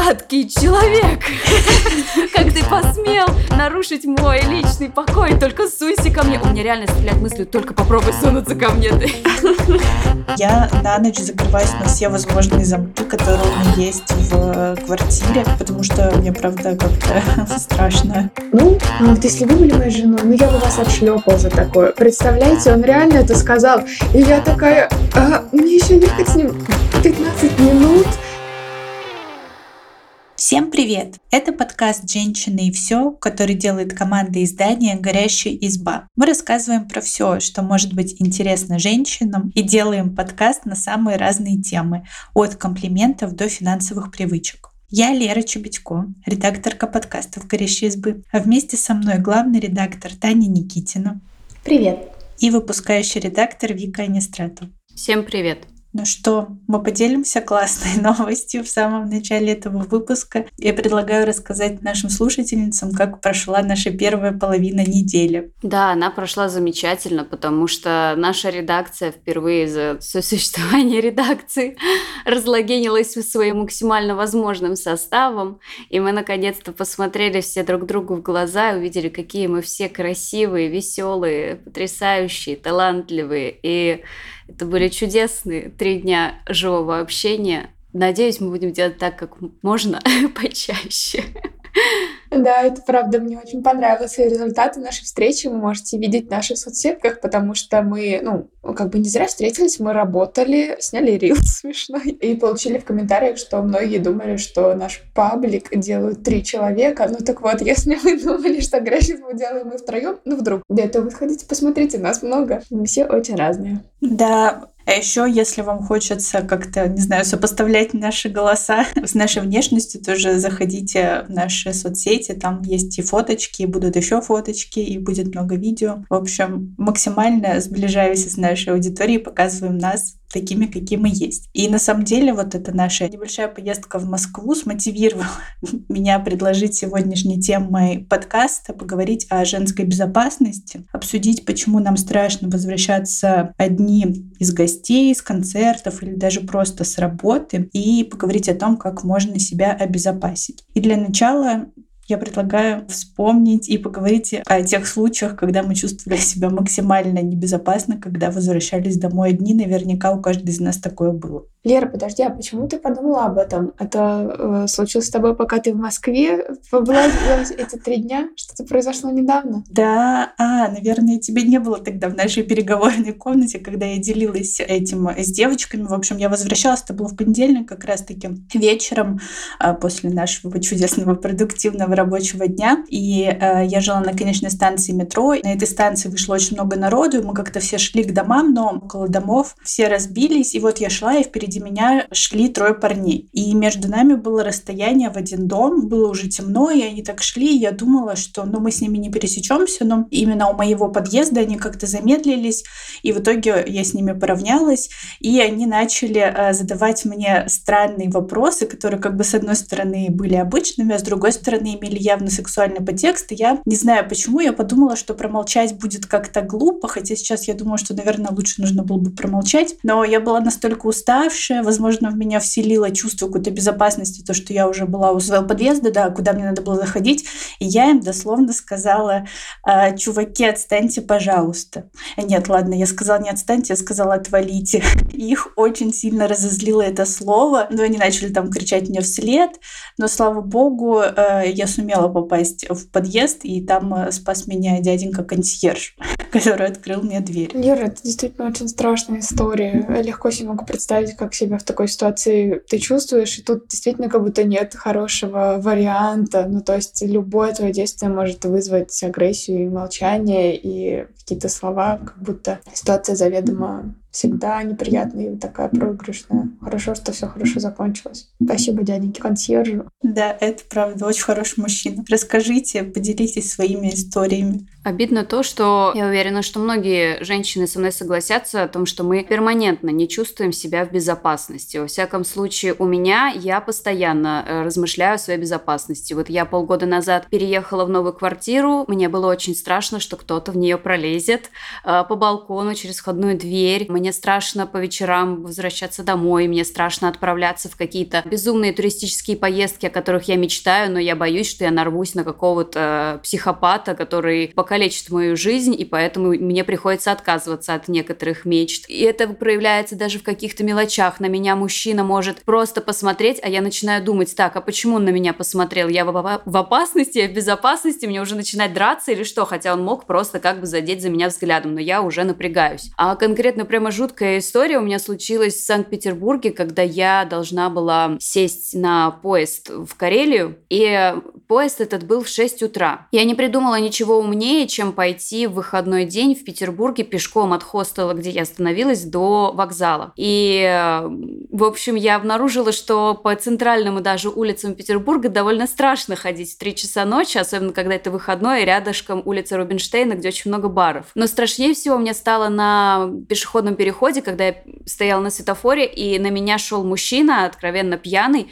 гадкий человек! Как ты посмел нарушить мой личный покой? Только суйся ко мне. У меня реально стреляет мыслью, только попробуй сунуться ко мне ты. Я на ночь закрываюсь на все возможные замки, которые у меня есть в квартире, потому что мне, правда, как-то страшно. Вот если вы были моей женой, я бы вас отшлепал за такое. Представляете, он реально это сказал. И я такая, мне еще ехать с ним 15 минут. Всем привет! Это подкаст «Женщины и все», который делает команда издания «Горящая изба». Мы рассказываем про все, что может быть интересно женщинам, и делаем подкаст на самые разные темы, от комплиментов до финансовых привычек. Я Лера Чубитько, редакторка подкастов «Горящей избы», а вместе со мной главный редактор Таня Никитина. Привет! И выпускающий редактор Вика Анистратова. Всем привет! Ну что, мы поделимся классной новостью в самом начале этого выпуска. Я предлагаю рассказать нашим слушательницам, как прошла наша первая половина недели. Да, она прошла замечательно, потому что наша редакция впервые за все существование редакции разлогинилась своим максимально возможным составом, и мы наконец-то посмотрели все друг другу в глаза и увидели, какие мы все красивые, веселые, потрясающие, талантливые, и это были чудесные 3 дня живого общения. Надеюсь, мы будем делать так, как можно почаще. Да, это правда, мне очень понравилось. И результаты нашей встречи вы можете видеть в наших соцсетках, потому что мы, не зря встретились, мы работали, сняли рилс смешной и получили в комментариях, что многие думали, что наш паблик делают 3 человека. Так вот, если вы думали, что «Горящую избу» делаем мы втроем, вдруг. То вы сходите, посмотрите, нас много. Мы все очень разные. Да, а еще, если вам хочется как-то, сопоставлять наши голоса с нашей внешностью, тоже заходите в наши соцсети, там есть и фоточки, и будут еще фоточки, и будет много видео. В общем, максимально сближаемся с нашей аудиторией, показываем нас такими, какие мы есть. И на самом деле вот эта наша небольшая поездка в Москву смотивировала меня предложить сегодняшней темой подкаста поговорить о женской безопасности, обсудить, почему нам страшно возвращаться одни из гостей, с концертов или даже просто с работы, и поговорить о том, как можно себя обезопасить. И для начала я предлагаю вспомнить и поговорить о тех случаях, когда мы чувствовали себя максимально небезопасно, когда возвращались домой одни. Наверняка у каждой из нас такое было. Лера, подожди, а почему ты подумала об этом? Это случилось с тобой, пока ты в Москве была эти 3 дня? Что-то произошло недавно? Да, наверное, тебя не было тогда в нашей переговорной комнате, когда я делилась этим с девочками. В общем, я возвращалась, это было в понедельник, как раз-таки вечером после нашего чудесного продуктивного рабочего дня. И я жила на конечной станции метро. На этой станции вышло очень много народу, и мы как-то все шли к домам, но около домов все разбились. И вот я шла, и впереди меня шли 3 парней. И между нами было расстояние в один дом, было уже темно, и они так шли, и я думала, что мы с ними не пересечемся, но именно у моего подъезда они как-то замедлились, и в итоге я с ними поравнялась, и они начали задавать мне странные вопросы, которые с одной стороны были обычными, а с другой стороны имели явно сексуальный подтекст, и я не знаю почему, я подумала, что промолчать будет как-то глупо, хотя сейчас я думаю, что, наверное, лучше нужно было бы промолчать, но я была настолько уставшая, возможно, в меня вселило чувство какой-то безопасности, то, что я уже была у своего подъезда, куда мне надо было заходить, и я им дословно сказала: чуваки, отстаньте, пожалуйста. Нет, ладно, я сказала не отстаньте, я сказала отвалите. И их очень сильно разозлило это слово, но они начали там кричать мне вслед, но, слава богу, я сумела попасть в подъезд, и там спас меня дяденька-консьерж, который открыл мне дверь. Лера, это действительно очень страшная история. Я легко себе могу представить, как себя в такой ситуации ты чувствуешь, и тут действительно как будто нет хорошего варианта. То есть любое твое действие может вызвать агрессию и молчание, и какие-то слова, как будто ситуация заведомо всегда неприятная и такая проигрышная. Хорошо, что все хорошо закончилось. Спасибо дяденьке консьержу. Да, это правда, очень хороший мужчина. Расскажите, поделитесь своими историями. Обидно то, что я уверена, что многие женщины со мной согласятся о том, что мы перманентно не чувствуем себя в безопасности. Во всяком случае, у меня я постоянно размышляю о своей безопасности. Вот я полгода назад переехала в новую квартиру, мне было очень страшно, что кто-то в нее пролезет по балкону через входную дверь. Мне мне страшно по вечерам возвращаться домой, мне страшно отправляться в какие-то безумные туристические поездки, о которых я мечтаю, но я боюсь, что я нарвусь на какого-то психопата, который покалечит мою жизнь, и поэтому мне приходится отказываться от некоторых мечт. И это проявляется даже в каких-то мелочах. На меня мужчина может просто посмотреть, а я начинаю думать, так, а почему он на меня посмотрел? Я в опасности, я в безопасности, мне уже начинать драться или что? Хотя он мог просто как бы задеть за меня взглядом, но я уже напрягаюсь. А конкретно прямо жуткая история у меня случилась в Санкт-Петербурге, когда я должна была сесть на поезд в Карелию, и поезд этот был в 6 утра. Я не придумала ничего умнее, чем пойти в выходной день в Петербурге пешком от хостела, где я остановилась, до вокзала. И, в общем, я обнаружила, что по центральным и даже улицам Петербурга довольно страшно ходить в 3 часа ночи, особенно когда это выходной, и рядышком улица Рубинштейна, где очень много баров. Но страшнее всего мне стало на пешеходном переходе, когда я стояла на светофоре, и на меня шел мужчина, откровенно пьяный,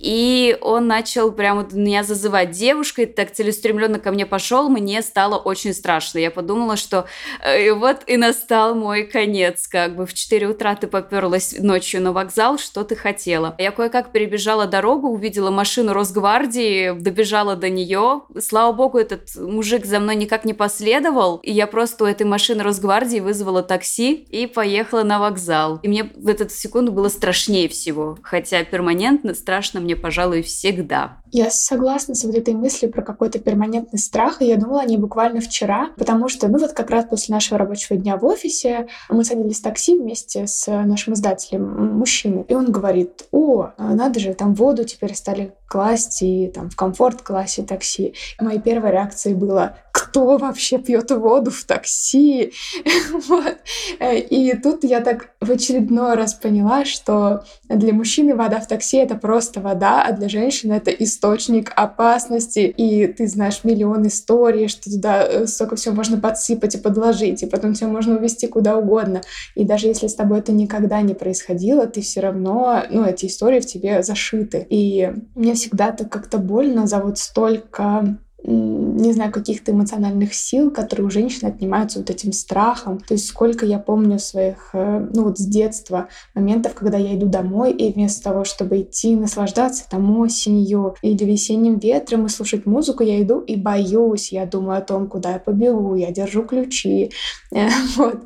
и он начал прямо меня зазывать девушкой, так целеустремленно ко мне пошел, мне стало очень страшно. Я подумала, что вот и настал мой конец, как бы в 4 утра ты поперлась ночью на вокзал, что ты хотела. Я кое-как перебежала дорогу, увидела машину Росгвардии, добежала до нее. Слава богу, этот мужик за мной никак не последовал, и я просто у этой машины Росгвардии вызвала такси и поехала на вокзал. И мне в эту секунду было страшнее всего, хотя перманентно страшно мне, пожалуй, всегда. Я согласна с вот этой мыслью про какой-то перманентный страх, и я думала о ней буквально вчера, потому что, вот как раз после нашего рабочего дня в офисе мы садились в такси вместе с нашим издателем, мужчиной, и он говорит, надо же, там воду теперь стали класть, и там в комфорт-классе такси. И моей первой реакцией было, кто вообще пьет воду в такси? Вот. И тут я так в очередной раз поняла, что для мужчины вода в такси — это просто вода, а для женщины это источник опасности. И ты знаешь миллион историй, что туда столько всего можно подсыпать и подложить, и потом все можно увезти куда угодно. И даже если с тобой это никогда не происходило, ты все равно, эти истории в тебе зашиты. И мне всегда так как-то больно за вот столько не знаю, каких-то эмоциональных сил, которые у женщин отнимаются вот этим страхом. То есть сколько я помню своих, с детства моментов, когда я иду домой, и вместо того, чтобы идти наслаждаться там осенью или весенним ветром и слушать музыку, я иду и боюсь. Я думаю о том, куда я побегу, я держу ключи. Вот.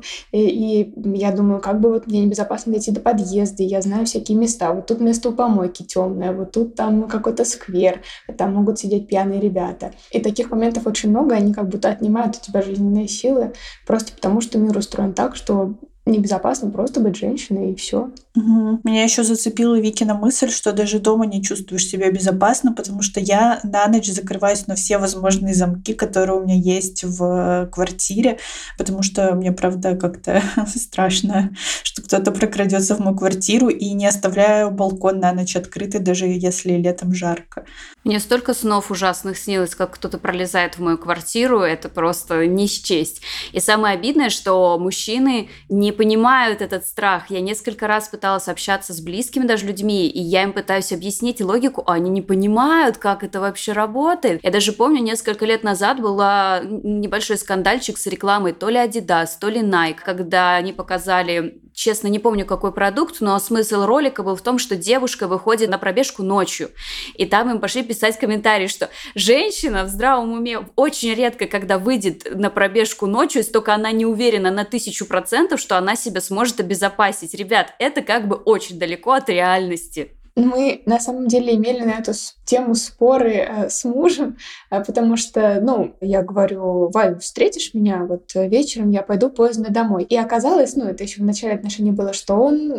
И я думаю, как бы вот мне небезопасно дойти до подъезда, я знаю всякие места. Вот тут место у помойки темное, вот тут там какой-то сквер, там могут сидеть пьяные ребята. И таких моментов очень много, они как будто отнимают у тебя жизненные силы, просто потому что мир устроен так, что небезопасно просто быть женщиной, и все. Меня еще зацепила Викина мысль, что даже дома не чувствуешь себя безопасно, потому что я на ночь закрываюсь на все возможные замки, которые у меня есть в квартире, потому что мне, правда, как-то страшно, что кто-то прокрадется в мою квартиру, и не оставляю балкон на ночь открытый, даже если летом жарко. Мне столько снов ужасных снилось, как кто-то пролезает в мою квартиру, это просто не счесть. И самое обидное, что мужчины не понимают этот страх. Я несколько раз пыталась общаться с близкими даже людьми, и я им пытаюсь объяснить логику, а они не понимают, как это вообще работает. Я даже помню, несколько лет назад был небольшой скандальчик с рекламой то ли Adidas, то ли Nike, когда они показали, честно, не помню какой продукт, но смысл ролика был в том, что девушка выходит на пробежку ночью, и там им пошли писать комментарии, что женщина в здравом уме очень редко, когда выйдет на пробежку ночью, если только она не уверена на 1000%, что она себя сможет обезопасить. Ребят, это как бы очень далеко от реальности. Мы на самом деле имели на эту тему споры с мужем, потому что, я говорю, Валь, встретишь меня вот вечером, я пойду поздно домой. И оказалось, это еще в начале отношений было, что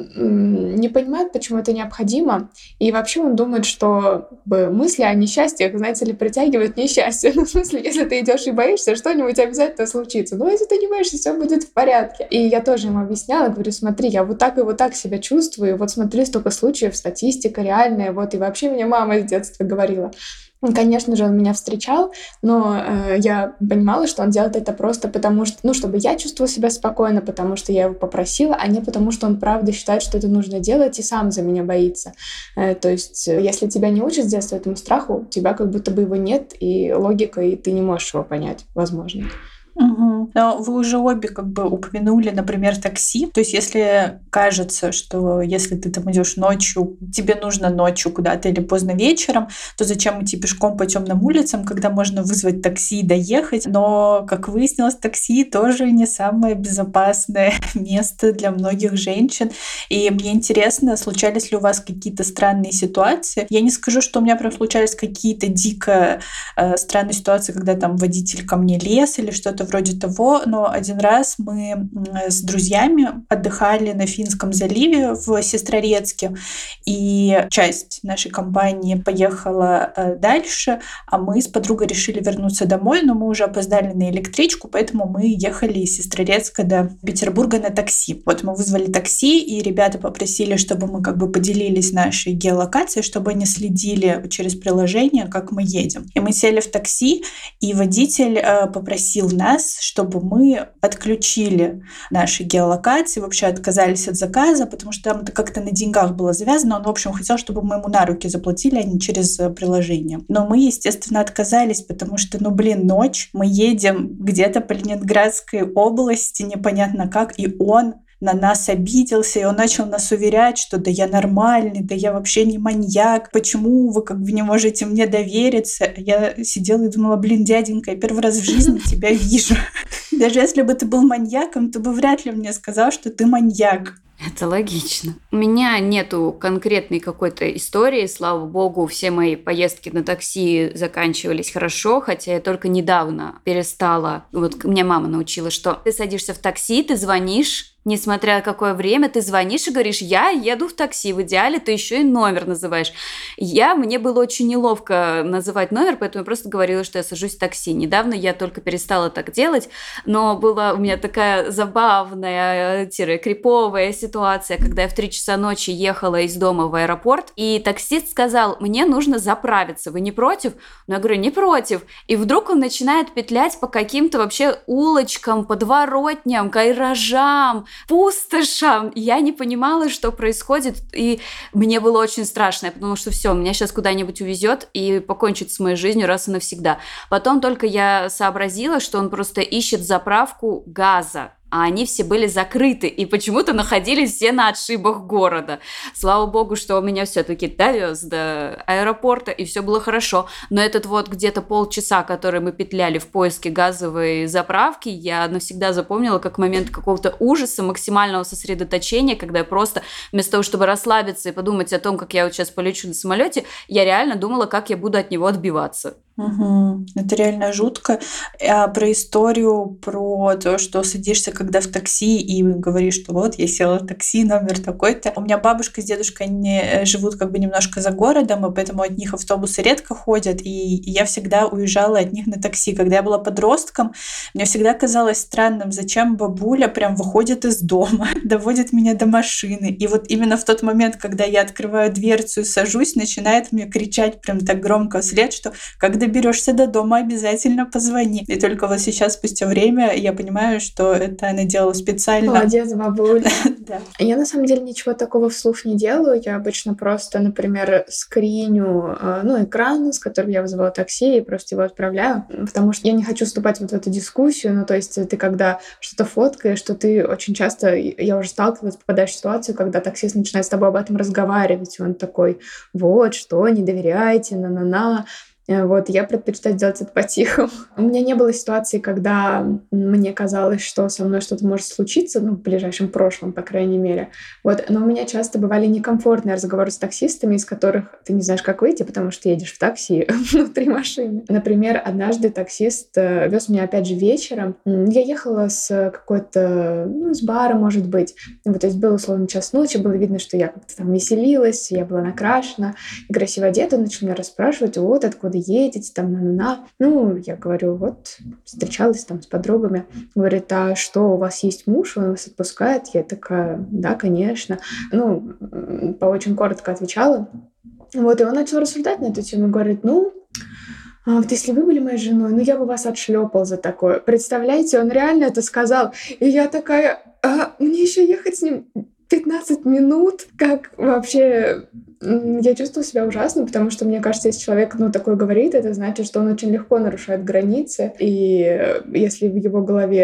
он не понимает, почему это необходимо, и вообще он думает, что мысли о несчастьях, знаете ли, притягивают несчастье. В смысле, если ты идешь и боишься, что-нибудь обязательно случится. Но если ты не боишься, все будет в порядке. И я тоже ему объясняла, говорю, смотри, я вот так и вот так себя чувствую, вот смотри, столько случаев, статистика реальная, вот, и вообще мне мама с детства говорила. Конечно же, он меня встречал, но я понимала, что он делает это просто потому, что, чтобы я чувствовала себя спокойно, потому что я его попросила, а не потому, что он правда считает, что это нужно делать и сам за меня боится. То есть, если тебя не учат с детства этому страху, у тебя как будто бы его нет, и логика, и ты не можешь его понять, возможно. Мгм. Но вы уже обе как бы упомянули, например, такси. То есть если кажется, что если ты там идешь ночью, тебе нужно ночью куда-то или поздно вечером, то зачем идти пешком по темным улицам, когда можно вызвать такси и доехать? Но, как выяснилось, такси тоже не самое безопасное место для многих женщин. И мне интересно, случались ли у вас какие-то странные ситуации? Я не скажу, что у меня прям случались какие-то дико странные ситуации, когда там водитель ко мне лез или что-то вроде того, но один раз мы с друзьями отдыхали на Финском заливе в Сестрорецке, и часть нашей компании поехала дальше, а мы с подругой решили вернуться домой, но мы уже опоздали на электричку, поэтому мы ехали из Сестрорецка до Петербурга на такси. Вот мы вызвали такси, и ребята попросили, чтобы мы как бы поделились нашей геолокацией, чтобы они следили через приложение, как мы едем. И мы сели в такси, и водитель попросил нас, чтобы мы отключили наши геолокации, вообще отказались от заказа, потому что там это как-то на деньгах было завязано. Он, в общем, хотел, чтобы мы ему на руки заплатили, а не через приложение. Но мы, естественно, отказались, потому что, ночь, мы едем где-то по Ленинградской области, непонятно как, и он на нас обиделся, и он начал нас уверять, что да я нормальный, да я вообще не маньяк, почему вы как бы не можете мне довериться? Я сидела и думала, дяденька, я первый раз в жизни тебя вижу. Даже если бы ты был маньяком, ты бы вряд ли мне сказал, что ты маньяк. Это логично. У меня нету конкретной какой-то истории, слава богу, все мои поездки на такси заканчивались хорошо, хотя я только недавно перестала. Вот меня мама научила, что ты садишься в такси, ты звонишь, несмотря на какое время, ты звонишь и говоришь, я еду в такси, в идеале ты еще и номер называешь. Мне было очень неловко называть номер, поэтому я просто говорила, что я сажусь в такси. Недавно я только перестала так делать, но была у меня такая забавная, криповая ситуация, когда я в 3 часа ночи ехала из дома в аэропорт, и таксист сказал, мне нужно заправиться, вы не против? Но я говорю, не против. И вдруг он начинает петлять по каким-то вообще улочкам, подворотням, гаражам, пустошам. Я не понимала, что происходит, и мне было очень страшно. Я подумала, что все, меня сейчас куда-нибудь увезет и покончит с моей жизнью раз и навсегда. Потом только я сообразила, что он просто ищет заправку газа, а они все были закрыты и почему-то находились все на отшибах города. Слава богу, что он меня все-таки довез до аэропорта, и все было хорошо. Но этот вот где-то полчаса, который мы петляли в поиске газовой заправки, я навсегда запомнила как момент какого-то ужаса, максимального сосредоточения, когда я просто вместо того, чтобы расслабиться и подумать о том, как я вот сейчас полечу на самолете, я реально думала, как я буду от него отбиваться. Угу. Это реально жутко. А про историю, про то, что садишься когда в такси и говоришь, что вот я села в такси, номер такой-то. У меня бабушка с дедушкой, они живут как бы немножко за городом, и поэтому от них автобусы редко ходят, и я всегда уезжала от них на такси. Когда я была подростком, мне всегда казалось странным, зачем бабуля прям выходит из дома, доводит меня до машины. И вот именно в тот момент, когда я открываю дверцу и сажусь, начинает мне кричать прям так громко вслед, что когда доберешься до дома, обязательно позвони. И только вот сейчас, спустя время, я понимаю, что это она делала специально. Молодец, бабуля. Да. Я, на самом деле, ничего такого вслух не делаю. Я обычно просто, например, скриню экран, с которым я вызывала такси, и просто его отправляю, потому что я не хочу вступать вот в эту дискуссию. То есть ты когда что-то фоткаешь, что ты очень часто, я уже сталкивалась, попадаешь в ситуацию, когда таксист начинает с тобой об этом разговаривать, и он такой, вот, что, не доверяйте, на-на-на. Вот, я предпочитаю делать это по-тихому. У меня не было ситуации, когда мне казалось, что со мной что-то может случиться, в ближайшем прошлом, по крайней мере. Вот, но у меня часто бывали некомфортные разговоры с таксистами, из которых ты не знаешь, как выйти, потому что едешь в такси внутри машины. Например, однажды таксист вез меня, опять же, вечером. Я ехала с какой-то, с бара, может быть. Вот, то есть был, условно, час ночи, было видно, что я как-то там веселилась, я была накрашена и красиво одета. Он начал меня расспрашивать, вот, откуда едете, там, я говорю, вот, встречалась там с подругами. Говорит, а что, у вас есть муж, он вас отпускает? Я такая, да, конечно. Очень коротко отвечала. Вот, и он начал рассуждать на эту тему. Говорит, вот если вы были моей женой, я бы вас отшлепал за такое. Представляете, он реально это сказал. И я такая, мне еще ехать с ним 15 минут? Как вообще... Я чувствую себя ужасно, потому что, мне кажется, если человек, такое говорит, это значит, что он очень легко нарушает границы, и если в его голове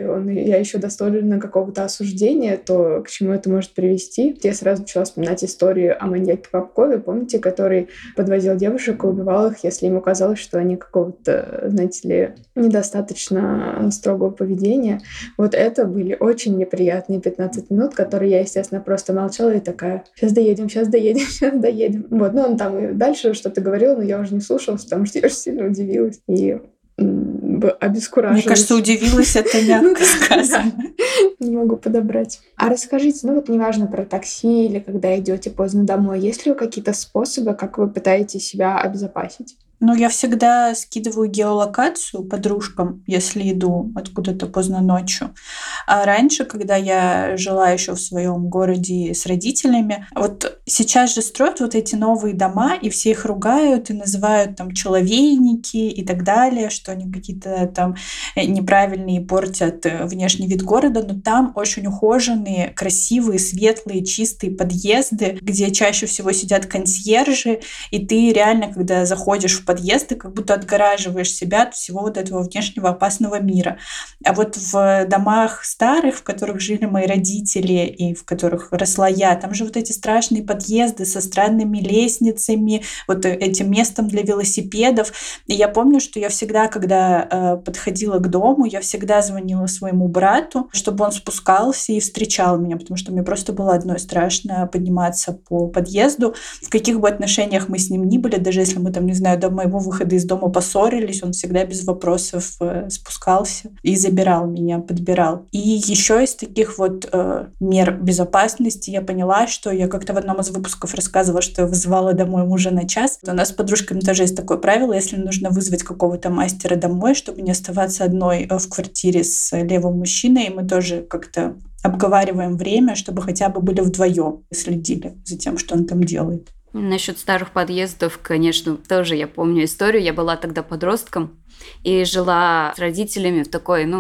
я еще достойна какого-то осуждения, то к чему это может привести? Я сразу начала вспоминать историю о маньяке Попкове, помните, который подвозил девушек и убивал их, если ему казалось, что они какого-то, знаете ли, недостаточно строгого поведения. Вот это были очень неприятные 15 минут, которые я, естественно, просто молчала и такая: сейчас доедем, сейчас доедем, сейчас доедем. Вот, он там и дальше что-то говорил, но я уже не слушалась, потому что я очень сильно удивилась и обескуражилась. Мне кажется, удивилась — это мягко сказано. Не могу подобрать. А расскажите, неважно про такси или когда идете поздно домой, есть ли какие-то способы, как вы пытаетесь себя обезопасить? Я всегда скидываю геолокацию подружкам, если иду откуда-то поздно ночью. А раньше, когда я жила еще в своем городе с родителями, вот сейчас же строят вот эти новые дома, и все их ругают и называют там человейники и так далее, что они какие-то там неправильные, портят внешний вид города, но там очень ухоженные, красивые, светлые, чистые подъезды, где чаще всего сидят консьержи, и ты реально, когда заходишь в подъезд, ты как будто отгораживаешь себя от всего вот этого внешнего опасного мира. А вот в домах старых, в которых жили мои родители и в которых росла я, там же вот эти страшные подъезды со странными лестницами, вот этим местом для велосипедов. И я помню, что я всегда, когда подходила к дому, я всегда звонила своему брату, чтобы он спускался и встречал меня, потому что мне просто было одной страшно подниматься по подъезду. В каких бы отношениях мы с ним ни были, даже если мы там, не знаю, до моего выхода из дома поссорились, он всегда без вопросов спускался и забирал меня, подбирал. И еще из таких вот мер безопасности я поняла, что я как-то в одном из выпусков рассказывала, что я вызывала домой мужа на час. У нас с подружками тоже есть такое правило: если нужно вызвать какого-то мастера домой, чтобы не оставаться одной в квартире с левым мужчиной, мы тоже как-то обговариваем время, чтобы хотя бы были вдвоем и следили за тем, что он там делает. Насчет старых подъездов, конечно, тоже я помню историю. Я была тогда подростком и жила с родителями в такой,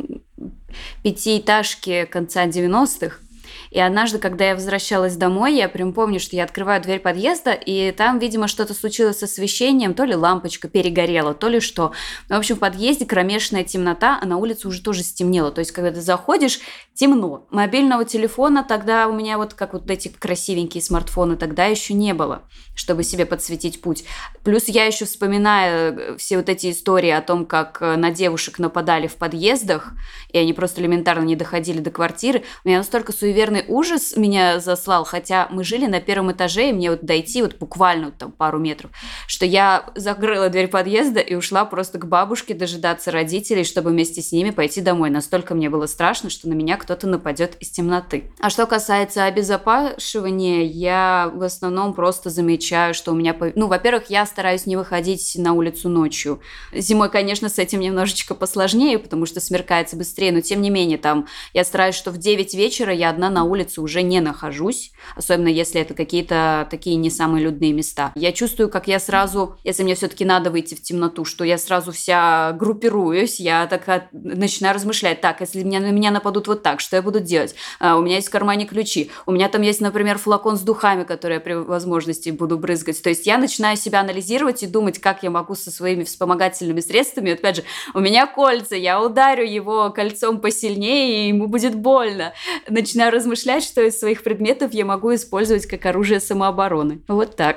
пятиэтажке конца 90-х. И однажды, когда я возвращалась домой, я прям помню, что я открываю дверь подъезда, и там, видимо, что-то случилось с освещением, то ли лампочка перегорела, то ли что. В общем, в подъезде кромешная темнота, а на улице уже тоже стемнело. То есть, когда ты заходишь, темно. Мобильного телефона тогда у меня как вот эти красивенькие смартфоны тогда еще не было, чтобы себе подсветить путь. Плюс я еще вспоминаю все вот эти истории о том, как на девушек нападали в подъездах, и они просто элементарно не доходили до квартиры. У меня настолько суеверный ужас меня заслал, хотя мы жили на первом этаже, и мне дойти буквально там пару метров, что я закрыла дверь подъезда и ушла просто к бабушке дожидаться родителей, чтобы вместе с ними пойти домой. Настолько мне было страшно, что на меня кто-то нападет из темноты. А что касается обезопасивания, я в основном просто замечаю, что у меня... во-первых, я стараюсь не выходить на улицу ночью. Зимой, конечно, с этим немножечко посложнее, потому что смеркается быстрее, но тем не менее, я стараюсь, что в 9 вечера я одна на улице уже не нахожусь, особенно если это какие-то такие не самые людные места. Я чувствую, как я сразу, если мне все-таки надо выйти в темноту, что я сразу вся группируюсь, я так начинаю размышлять: так, если на меня нападут вот так, что я буду делать? У меня есть в кармане ключи, у меня там есть, например, флакон с духами, который я при возможности буду брызгать. То есть я начинаю себя анализировать и думать, как я могу со своими вспомогательными средствами, опять же, у меня кольца, я ударю его кольцом посильнее, и ему будет больно. Начинаю размышлять, что из своих предметов я могу использовать как оружие самообороны. Вот так.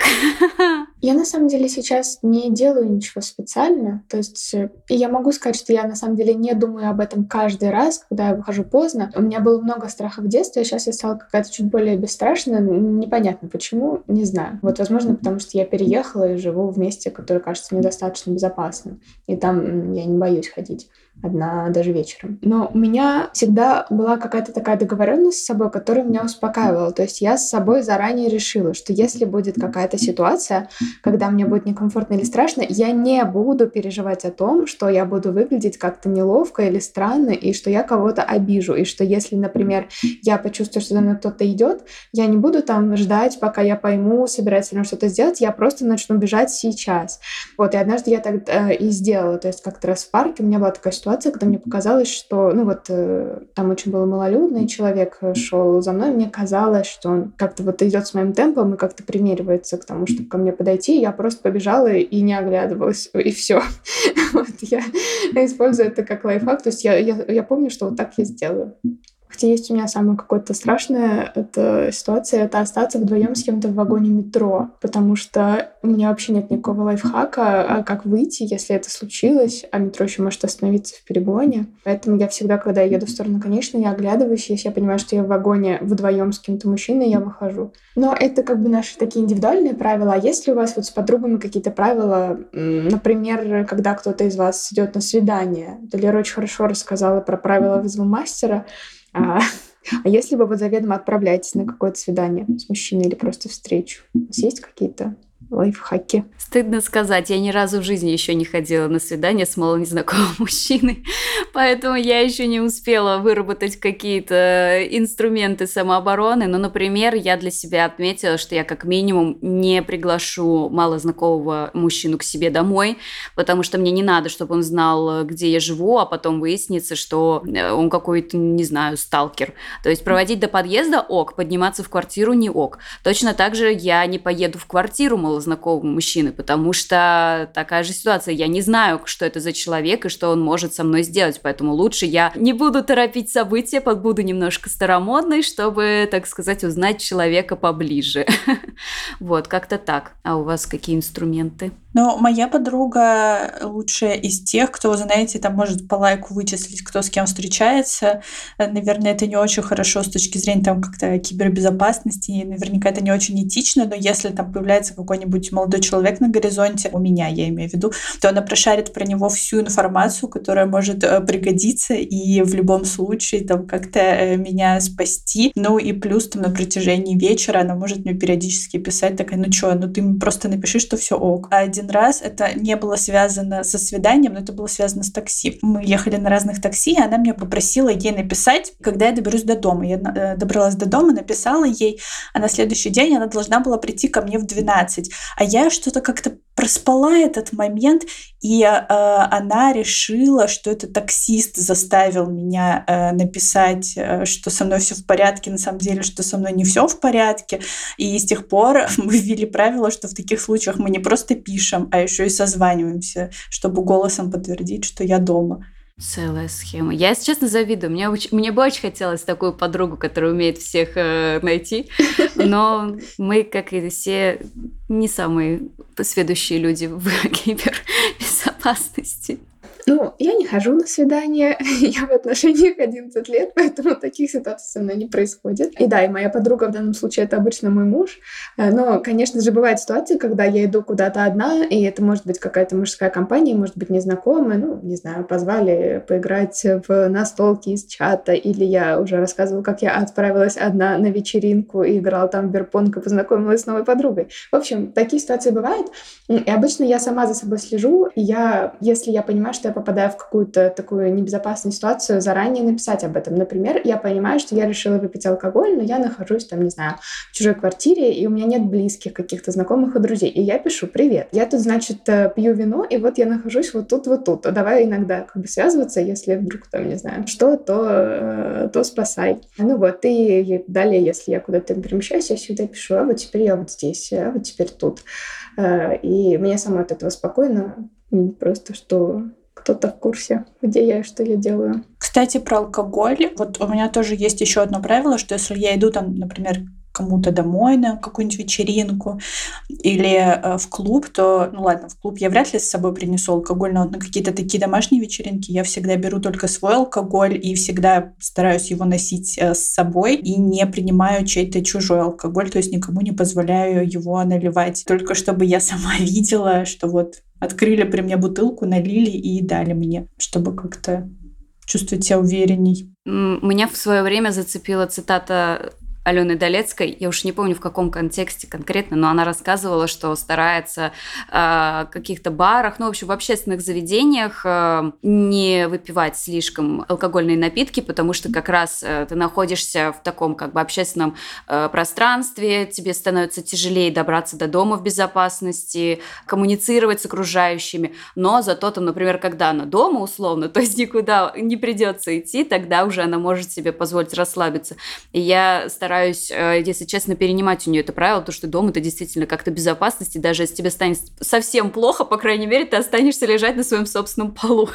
Я на самом деле сейчас не делаю ничего специально. То есть я могу сказать, что я на самом деле не думаю об этом каждый раз, когда я выхожу поздно. У меня было много страха в детстве, а сейчас я стала какая-то чуть более бесстрашная. Непонятно почему, не знаю. Возможно, потому что я переехала и живу в месте, которое кажется мне достаточно безопасным. И там я не боюсь ходить одна даже вечером. Но у меня всегда была какая-то такая договоренность с собой, которая меня успокаивала. То есть я с собой заранее решила, что если будет какая-то ситуация, когда мне будет некомфортно или страшно, я не буду переживать о том, что я буду выглядеть как-то неловко или странно, и что я кого-то обижу. И что если, например, я почувствую, что за мной кто-то идет, я не буду там ждать, пока я пойму, собирается ли он что-то сделать, я просто начну бежать сейчас. И однажды я так и сделала. То есть как-то раз в парке у меня была такая ситуация, ситуация, когда мне показалось, что, там очень был малолюдный человек шел за мной, мне казалось, что он как-то вот идет с моим темпом и как-то примеривается к тому, чтобы ко мне подойти. Я просто побежала и не оглядывалась, и все. Вот я использую это как лайфхак. То есть я помню, что вот так я сделаю. Хотя есть у меня самое какое-то страшное, это ситуация, это остаться вдвоем с кем-то в вагоне метро, потому что у меня вообще нет никакого лайфхака, а как выйти, если это случилось, а метро еще может остановиться в перегоне. Поэтому я всегда, когда я еду в сторону конечной, я оглядываюсь, если я понимаю, что я в вагоне вдвоем с кем-то мужчиной, я выхожу. Но это как бы наши такие индивидуальные правила. А есть ли у вас вот с подругами какие-то правила, например, когда кто-то из вас идет на свидание? Лера очень хорошо рассказала про правила «Вызова мастера». А если вы вот заведомо отправляетесь на какое-то свидание с мужчиной или просто встречу, у вас есть какие-то лайфхаки? Стыдно сказать, я ни разу в жизни еще не ходила на свидание с малознакомым мужчиной, поэтому я еще не успела выработать какие-то инструменты самообороны. Но, например, я для себя отметила, что я как минимум не приглашу малознакомого мужчину к себе домой, потому что мне не надо, чтобы он знал, где я живу, а потом выяснится, что он какой-то, не знаю, сталкер. То есть проводить до подъезда ок, подниматься в квартиру не ок. Точно так же я не поеду в квартиру малознакомого мужчины, потому что такая же ситуация. Я не знаю, что это за человек и что он может со мной сделать, поэтому лучше я не буду торопить события, побуду немножко старомодной, чтобы, так сказать, узнать человека поближе. Вот, как-то так. А у вас какие инструменты? Но моя подруга лучшая из тех, кто, знаете, там может по лайку вычислить, кто с кем встречается. Наверное, это не очень хорошо с точки зрения там как-то кибербезопасности, и наверняка это не очень этично, но если там появляется какой-нибудь молодой человек на горизонте, у меня, я имею в виду, то она прошарит про него всю информацию, которая может пригодиться и в любом случае там как-то меня спасти. Ну и плюс там на протяжении вечера она может мне периодически писать такая: ну что, ну ты мне просто напиши, что все ок. А один раз это не было связано со свиданием, но это было связано с такси. Мы ехали на разных такси, и она меня попросила ей написать, когда я доберусь до дома. Я добралась до дома, написала ей, а на следующий день она должна была прийти ко мне в 12. А я что-то как-то проспала этот момент, и она решила, что это таксист заставил меня написать, что со мной все в порядке, на самом деле, что со мной не все в порядке. И с тех пор мы ввели правило, что в таких случаях мы не просто пишем, а еще и созваниваемся, чтобы голосом подтвердить, что я дома. Целая схема. Я, если честно, завидую. Мне бы очень хотелось такую подругу, которая умеет всех найти, но мы, как и все, не самые сведущие люди в кибербезопасности. Ну, я не хожу на свидания, я в отношениях 11 лет, поэтому таких ситуаций со мной не происходит. И да, и моя подруга в данном случае это обычно мой муж. Но, конечно же, бывают ситуации, когда я иду куда-то одна, и это может быть какая-то мужская компания, может быть незнакомая, ну, не знаю, позвали поиграть в настолки из чата, или я уже рассказывала, как я отправилась одна на вечеринку и играла там в бирпонг и познакомилась с новой подругой. В общем, такие ситуации бывают, и обычно я сама за собой слежу, и если я понимаю, что я попадаю в какую-то такую небезопасную ситуацию, заранее написать об этом. Например, я понимаю, что я решила выпить алкоголь, но я нахожусь там, не знаю, в чужой квартире, и у меня нет близких каких-то знакомых и друзей. И я пишу: привет, я тут, значит, пью вино, и вот я нахожусь вот тут. Давай иногда как бы связываться, если вдруг там, не знаю, что, то спасай. Ну вот, и далее, если я куда-то перемещаюсь, я всегда пишу: а вот теперь я вот здесь, а вот теперь тут. И мне самой от этого спокойно, просто что кто-то в курсе, где я и что я делаю. Кстати, про алкоголь. Вот у меня тоже есть еще одно правило, что если я иду там, например, кому-то домой на какую-нибудь вечеринку или в клуб, то, ну ладно, в клуб я вряд ли с собой принесу алкоголь, но вот на какие-то такие домашние вечеринки я всегда беру только свой алкоголь и всегда стараюсь его носить с собой и не принимаю чей-то чужой алкоголь, то есть никому не позволяю его наливать, только чтобы я сама видела, что вот открыли при мне бутылку, налили и дали мне, чтобы как-то чувствовать себя уверенней. Меня в свое время зацепила цитата Алены Долецкой. Я уж не помню, в каком контексте конкретно, но она рассказывала, что старается в каких-то барах, в общем, в общественных заведениях не выпивать слишком алкогольные напитки, потому что как раз ты находишься в таком как бы общественном пространстве, тебе становится тяжелее добраться до дома в безопасности, коммуницировать с окружающими, но зато там, например, когда она дома условно, то есть никуда не придется идти, тогда уже она может себе позволить расслабиться. И я стараюсь, если честно, перенимать у нее это правило, потому что дома ты действительно как-то в безопасности, даже если тебе станет совсем плохо, по крайней мере, ты останешься лежать на своем собственном полу.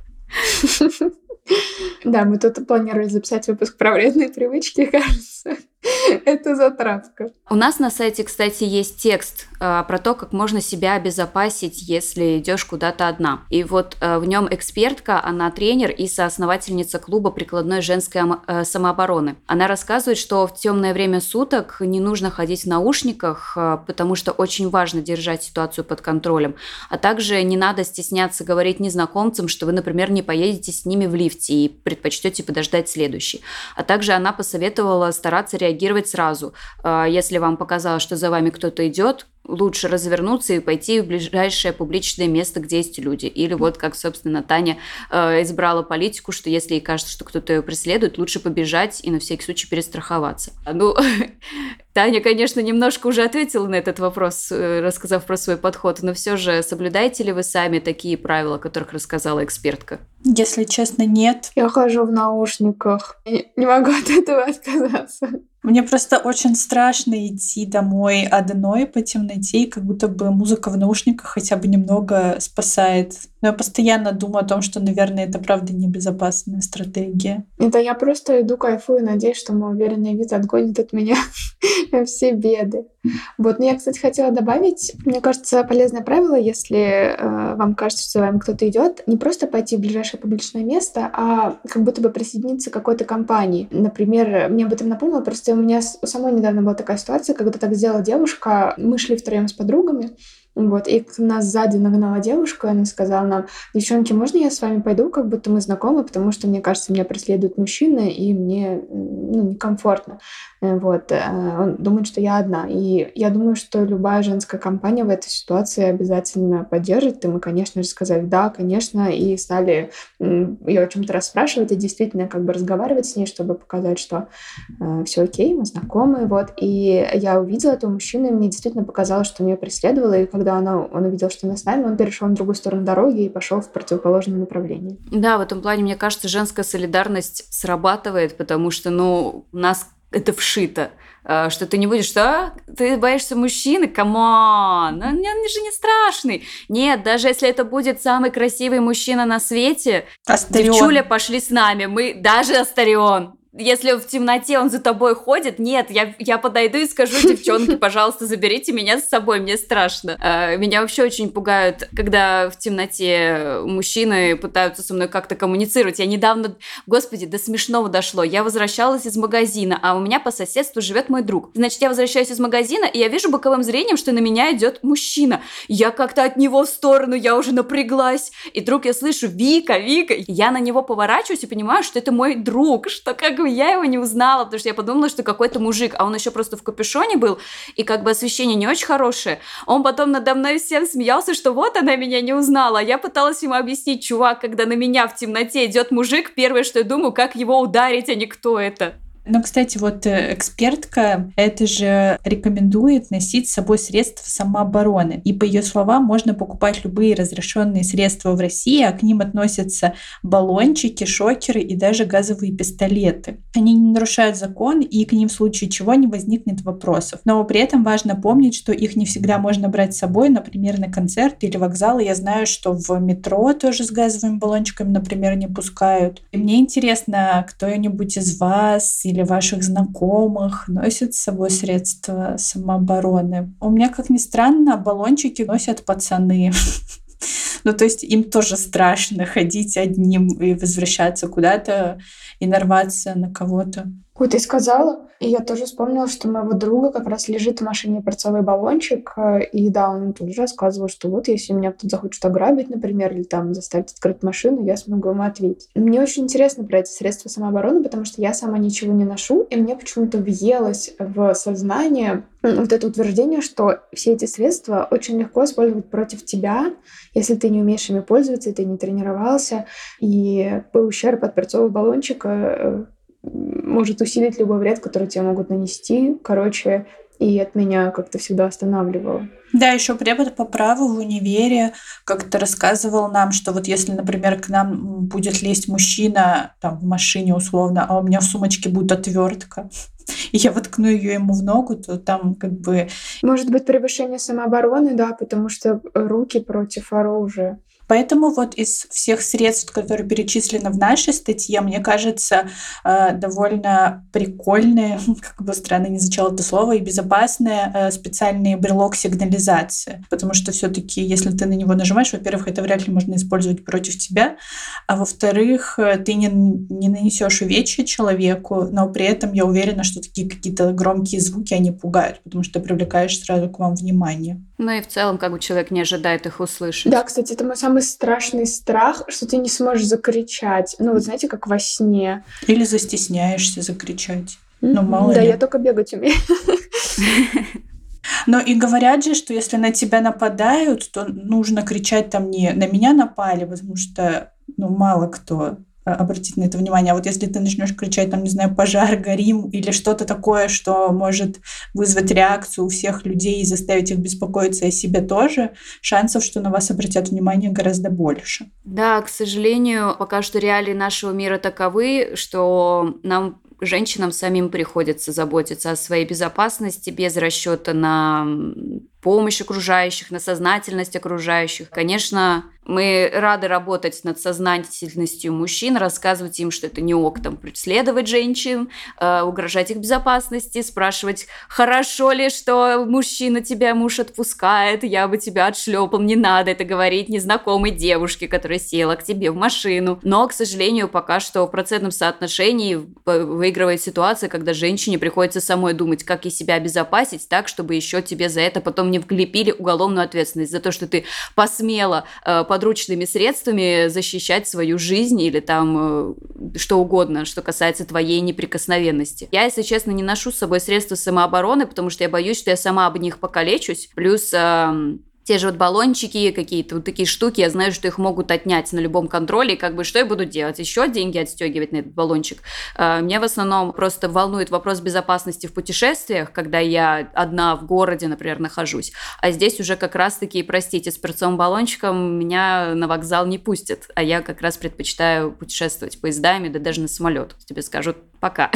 Да, мы тут планировали записать выпуск про вредные привычки, кажется. Это затравка. У нас на сайте, кстати, есть текст про то, как можно себя обезопасить, если идешь куда-то одна. И вот в нем экспертка, она тренер и соосновательница клуба прикладной женской самообороны. Она рассказывает, что в темное время суток не нужно ходить в наушниках, потому что очень важно держать ситуацию под контролем. А также не надо стесняться говорить незнакомцам, что вы, например, не поедете с ними в лифте и предпочтете подождать следующий. А также она посоветовала стараться реагировать сразу. Если вам показалось, что за вами кто-то идет, лучше развернуться и пойти в ближайшее публичное место, где есть люди. Или вот как, собственно, Таня избрала политику, что если ей кажется, что кто-то ее преследует, лучше побежать и на всякий случай перестраховаться. Таня, конечно, немножко уже ответила на этот вопрос, рассказав про свой подход, но все же соблюдаете ли вы сами такие правила, о которых рассказала экспертка? Если честно, нет. Я хожу в наушниках. Не могу от этого отказаться. Мне просто очень страшно идти домой одной по темноте, и как будто бы музыка в наушниках хотя бы немного спасает. Но я постоянно думаю о том, что, наверное, это правда небезопасная стратегия. Это я просто иду, кайфую, надеюсь, что мой уверенный вид отгонит от меня все беды. Вот, но я, кстати, хотела добавить, мне кажется, полезное правило, если вам кажется, что за вами кто-то идет, не просто пойти в ближайшее публичное место, а как будто бы присоединиться к какой-то компании. Например, мне об этом напомнило, просто у меня самой недавно была такая ситуация, когда так сделала девушка, мы шли втроем с подругами, вот, и нас сзади нагнала девушка, и она сказала нам: девчонки, можно я с вами пойду, как будто мы знакомы, потому что, мне кажется, меня преследует мужчина, и мне некомфортно. Вот, он думает, что я одна. И я думаю, что любая женская компания в этой ситуации обязательно поддержит. И мы, конечно же, сказали да, конечно, и стали ее о чем-то расспрашивать, и действительно как бы разговаривать с ней, чтобы показать, что все окей, мы знакомы. Вот. И я увидела этого мужчину, и мне действительно показалось, что меня преследовало, и когда он увидел, что она с нами, он перешел на другую сторону дороги и пошел в противоположном направлении. Да, в этом плане, мне кажется, женская солидарность срабатывает, потому что, у нас это вшито, что ты не будешь, что ты боишься мужчины, камон, он же не страшный. Нет, даже если это будет самый красивый мужчина на свете, Астарион. девчуля, пошли с нами, мы даже Астарион. Если в темноте он за тобой ходит, нет, я подойду и скажу: девчонки, пожалуйста, заберите меня с собой, мне страшно. Меня вообще очень пугают, когда в темноте мужчины пытаются со мной как-то коммуницировать. Я недавно, господи, до смешного дошло. Я возвращалась из магазина, а у меня по соседству живет мой друг. Значит, я возвращаюсь из магазина, и я вижу боковым зрением, что на меня идет мужчина. Я как-то от него в сторону, я уже напряглась. И вдруг я слышу: Вика, Вика. Я на него поворачиваюсь и понимаю, что это мой друг, что как бы я его не узнала, потому что я подумала, что какой-то мужик, а он еще просто в капюшоне был, и как бы освещение не очень хорошее. Он потом надо мной всем смеялся, что вот она меня не узнала. А я пыталась ему объяснить: чувак, когда на меня в темноте идет мужик, первое, что я думаю, как его ударить, а не кто это. Но, кстати, вот экспертка это же рекомендует носить с собой средства самообороны. И по ее словам, можно покупать любые разрешенные средства в России, а к ним относятся баллончики, шокеры и даже газовые пистолеты. Они не нарушают закон, и к ним в случае чего не возникнет вопросов. Но при этом важно помнить, что их не всегда можно брать с собой, например, на концерт или вокзалы. Я знаю, что в метро тоже с газовыми баллончиками, например, не пускают. И мне интересно, кто-нибудь из вас или ваших знакомых носит с собой средства самообороны. У меня, как ни странно, баллончики носят пацаны. То есть им тоже страшно ходить одним и возвращаться куда-то и нарваться на кого-то. Вот ты сказала, и я тоже вспомнила, что у моего друга как раз лежит в машине перцовый баллончик, и да, он тоже рассказывал, что вот если меня кто-то захочет ограбить, например, или там заставить открыть машину, я смогу ему ответить. Мне очень интересно про эти средства самообороны, потому что я сама ничего не ношу, и мне почему-то въелось в сознание вот это утверждение, что все эти средства очень легко использовать против тебя, если ты не умеешь ими пользоваться, ты не тренировался, и ущерб от перцового баллончика может усилить любой вред, который тебе могут нанести. Короче, и это меня как-то всегда останавливало. Да, еще препод по праву в универе как-то рассказывал нам, что вот если, например, к нам будет лезть мужчина там в машине условно, а у меня в сумочке будет отвертка, и я воткну ее ему в ногу, то там как бы... Может быть, превышение самообороны, да, потому что руки против оружия. Поэтому вот из всех средств, которые перечислены в нашей статье, мне кажется, довольно прикольные, как бы странно не звучало это слово, и безопасные специальные брелок-сигнализации. Потому что все-таки, если ты на него нажимаешь, во-первых, это вряд ли можно использовать против тебя, а во-вторых, ты не нанесешь увечья человеку, но при этом я уверена, что такие какие-то громкие звуки, они пугают, потому что ты привлекаешь сразу к вам внимание. Ну и в целом, как бы человек не ожидает их услышать. Да, кстати, это мой самый страшный страх, что ты не сможешь закричать. Ну, вот знаете, как во сне. Или застесняешься закричать. Ну, мало да, ли. я только бегать умею. Но и говорят же, что если на тебя нападают, то нужно кричать там не «на меня напали», потому что мало кто обратит на это внимание. А вот если ты начнешь кричать, там, не знаю, пожар, горим или что-то такое, что может вызвать реакцию у всех людей и заставить их беспокоиться о себе тоже, шансов, что на вас обратят внимание, гораздо больше. Да, к сожалению, пока что реалии нашего мира таковы, что нам, женщинам, самим приходится заботиться о своей безопасности без расчета на помощь окружающих, на сознательность окружающих. Конечно, мы рады работать над сознательностью мужчин, рассказывать им, что это не ок, там, преследовать женщин, угрожать их безопасности, спрашивать, хорошо ли, что мужчина тебя муж отпускает, я бы тебя отшлепал, не надо это говорить незнакомой девушке, которая села к тебе в машину. Но, к сожалению, пока что в процентном соотношении выигрывает ситуация, когда женщине приходится самой думать, как ей себя обезопасить так, чтобы еще тебе за это потом не влепили уголовную ответственность за то, что ты посмела подручными средствами защищать свою жизнь или там что угодно, что касается твоей неприкосновенности. Я, если честно, не ношу с собой средства самообороны, потому что я боюсь, что я сама об них покалечусь. Плюс те же вот баллончики, какие-то вот такие штуки, я знаю, что их могут отнять на любом контроле, и как бы что я буду делать? Еще деньги отстегивать на этот баллончик? Меня в основном просто волнует вопрос безопасности в путешествиях, когда я одна в городе, например, нахожусь. А здесь уже как раз-таки, простите, с перцовым баллончиком меня на вокзал не пустят, а я как раз предпочитаю путешествовать поездами, да даже на самолет. Тебе скажут пока.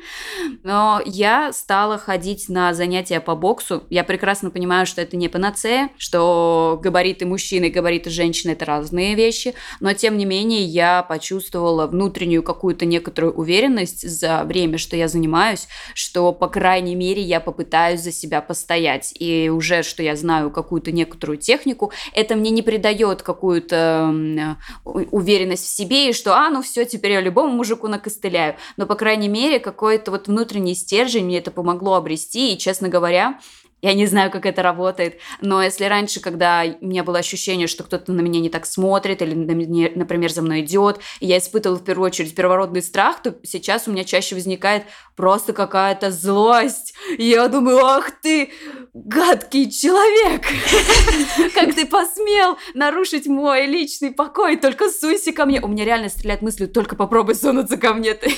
Но я стала ходить на занятия по боксу. Я прекрасно понимаю, что это не панацея, что габариты мужчины и габариты женщины – это разные вещи, но тем не менее я почувствовала внутреннюю какую-то некоторую уверенность за время, что я занимаюсь, что, по крайней мере, я попытаюсь за себя постоять. И уже, что я знаю какую-то некоторую технику, это мне не придает какую-то уверенность в себе, и что, все, теперь я любому мужику накостыляю. Но, по крайней мере, какой-то вот внутренний стержень мне это помогло обрести, и, честно говоря, я не знаю, как это работает, но если раньше, когда у меня было ощущение, что кто-то на меня не так смотрит или, например, за мной идет, и я испытывала в первую очередь первородный страх, то сейчас у меня чаще возникает просто какая-то злость. И я думаю, ах ты, гадкий человек! Как ты посмел нарушить мой личный покой? Только сунься ко мне. У меня реально стреляет мыслью, только попробуй сунуться ко мне ты.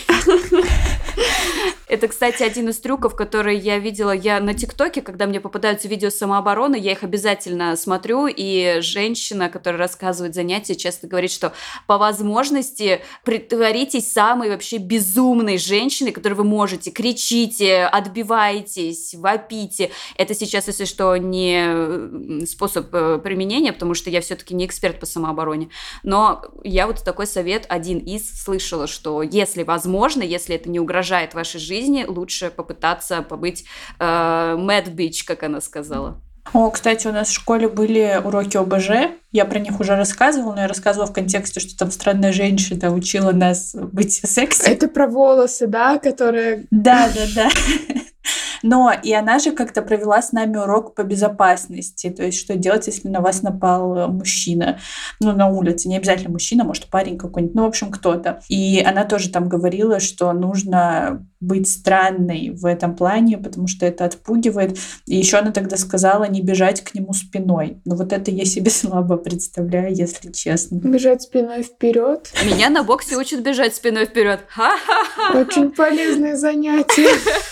Это, кстати, один из трюков, которые я видела на ТикТоке, когда мне попадаются видео самообороны, я их обязательно смотрю, и женщина, которая рассказывает занятия, часто говорит, что по возможности притворитесь самой вообще безумной женщиной, которой вы можете, кричите, отбиваетесь, вопите. Это сейчас, если что, не способ применения, потому что я все-таки не эксперт по самообороне, но я вот такой совет один из слышала, что если возможно, если это не угрожает вашей жизни, лучше попытаться побыть mad bitch, как она сказала. О, кстати, у нас в школе были уроки ОБЖ. Я про них уже рассказывала, но я рассказывала в контексте, что там странная женщина учила нас быть секси. Это про волосы, да, которые... Да. Но и она же как-то провела с нами урок по безопасности. То есть, что делать, если на вас напал мужчина. Ну, на улице. Не обязательно мужчина, может, парень какой-нибудь. Ну, в общем, кто-то. И она тоже там говорила, что нужно быть странной в этом плане, потому что это отпугивает. И еще она тогда сказала не бежать к нему спиной. Но вот это я себе слабо представляю, если честно. Бежать спиной вперед. Меня на боксе учат бежать спиной вперед. Ха-ха-ха! Очень полезное занятие.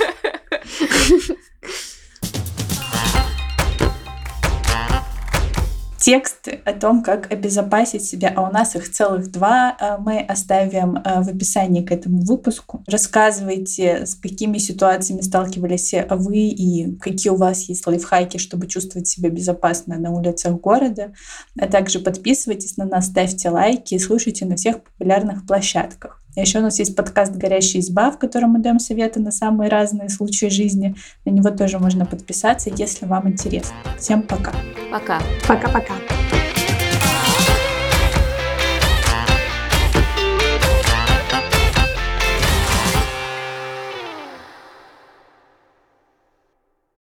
Тексты о том, как обезопасить себя, а у нас их целых 2, мы оставим в описании к этому выпуску. Рассказывайте, с какими ситуациями сталкивались вы и какие у вас есть лайфхаки, чтобы чувствовать себя безопасно на улицах города. А также подписывайтесь на нас, ставьте лайки и слушайте на всех популярных площадках. А еще у нас есть подкаст «Горящая изба», в котором мы даем советы на самые разные случаи жизни. На него тоже можно подписаться, если вам интересно. Всем пока. Пока. Пока-пока.